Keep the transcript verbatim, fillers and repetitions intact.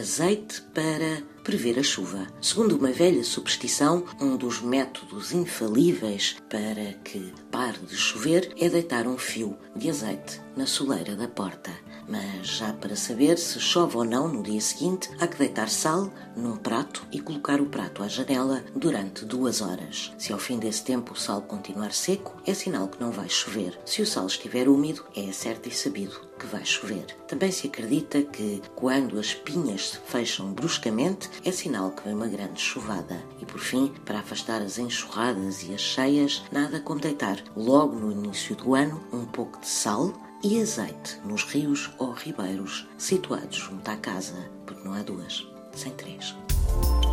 azeite para prever a chuva. Segundo uma velha superstição, um dos métodos infalíveis para que pare de chover é deitar um fio de azeite na soleira da porta. Mas já para saber se chove ou não no dia seguinte, há que deitar sal num prato e colocar o prato à janela durante duas horas. Se ao fim desse tempo o sal continuar seco, é sinal que não vai chover. Se o sal estiver úmido, é certo e sabido que vai chover. Também se acredita que quando as pinhas se fecham bruscamente, é sinal que vem uma grande chuvada. E por fim, para afastar as enxurradas e as cheias, nada como deitar logo no início do ano um pouco de sal e azeite nos rios ou ribeiros situados junto à casa, porque não há duas sem três.